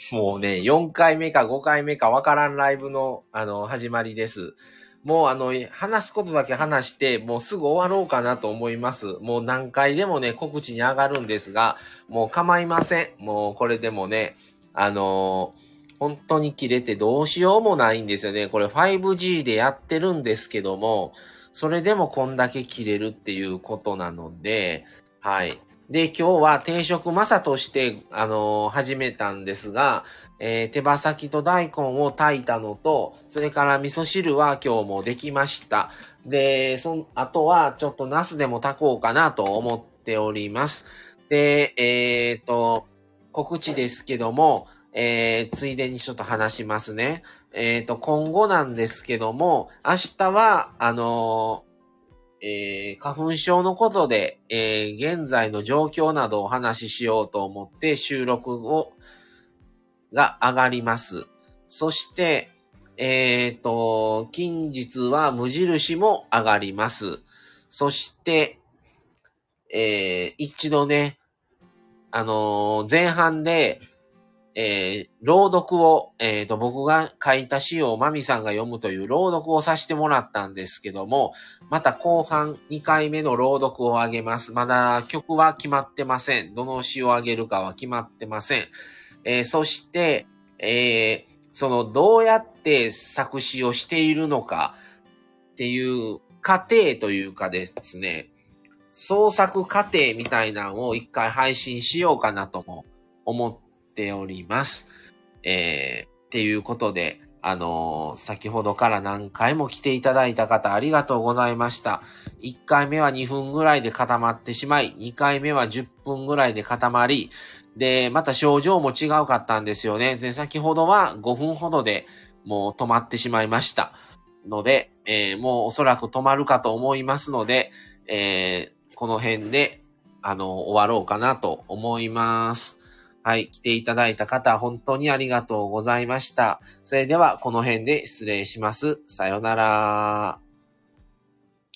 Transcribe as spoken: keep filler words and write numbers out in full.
もうね、よんかいめかごかいめかわからんライブの、あの、始まりです。もうあの、話すことだけ話して、もうすぐ終わろうかなと思います。もう何回でもね、告知に上がるんですが、もう構いません。もうこれでもね、あのー、本当に切れてどうしようもないんですよね。これ ファイブジー でやってるんですけども、それでもこんだけ切れるっていうことなので、はい。で、今日は定食マサとして、あのー始めたんですが、えー手羽先と大根を炊いたのと、それから味噌汁は今日もできました。で、そん、あとはちょっとナスでも炊こうかなと思っております。で、えっと、告知ですけども、えーついでにちょっと話しますね。えっと、今後なんですけども、明日は、あのーえー花粉症のことで、えー現在の状況などをお話ししようと思って収録を、が上がります。そして、えっと、近日は無印も上がります。そして、えー一度ね、あのー前半で、えー朗読を、えっと、僕が書いた詩をマミさんが読むという朗読をさせてもらったんですけども、また後半にかいめの朗読をあげます。まだ曲は決まってません。どの詩をあげるかは決まってません。えーそして、えーその、どうやって作詞をしているのかっていう過程というかですね、創作過程みたいなのを一回配信しようかなとも思っております。えー、っていうことで、あのー先ほどから何回も来ていただいた方ありがとうございました。いっかいめはにふんぐらいで固まってしまい、にかいめはじゅっぷんぐらいで固まり、で、また症状も違うかったんですよね。で、先ほどはごふんほどでもう止まってしまいました。ので、えーもうおそらく止まるかと思いますので、えーこの辺で、あの、終わろうかなと思います。はい。来ていただいた方、本当にありがとうございました。それでは、この辺で失礼します。さよなら。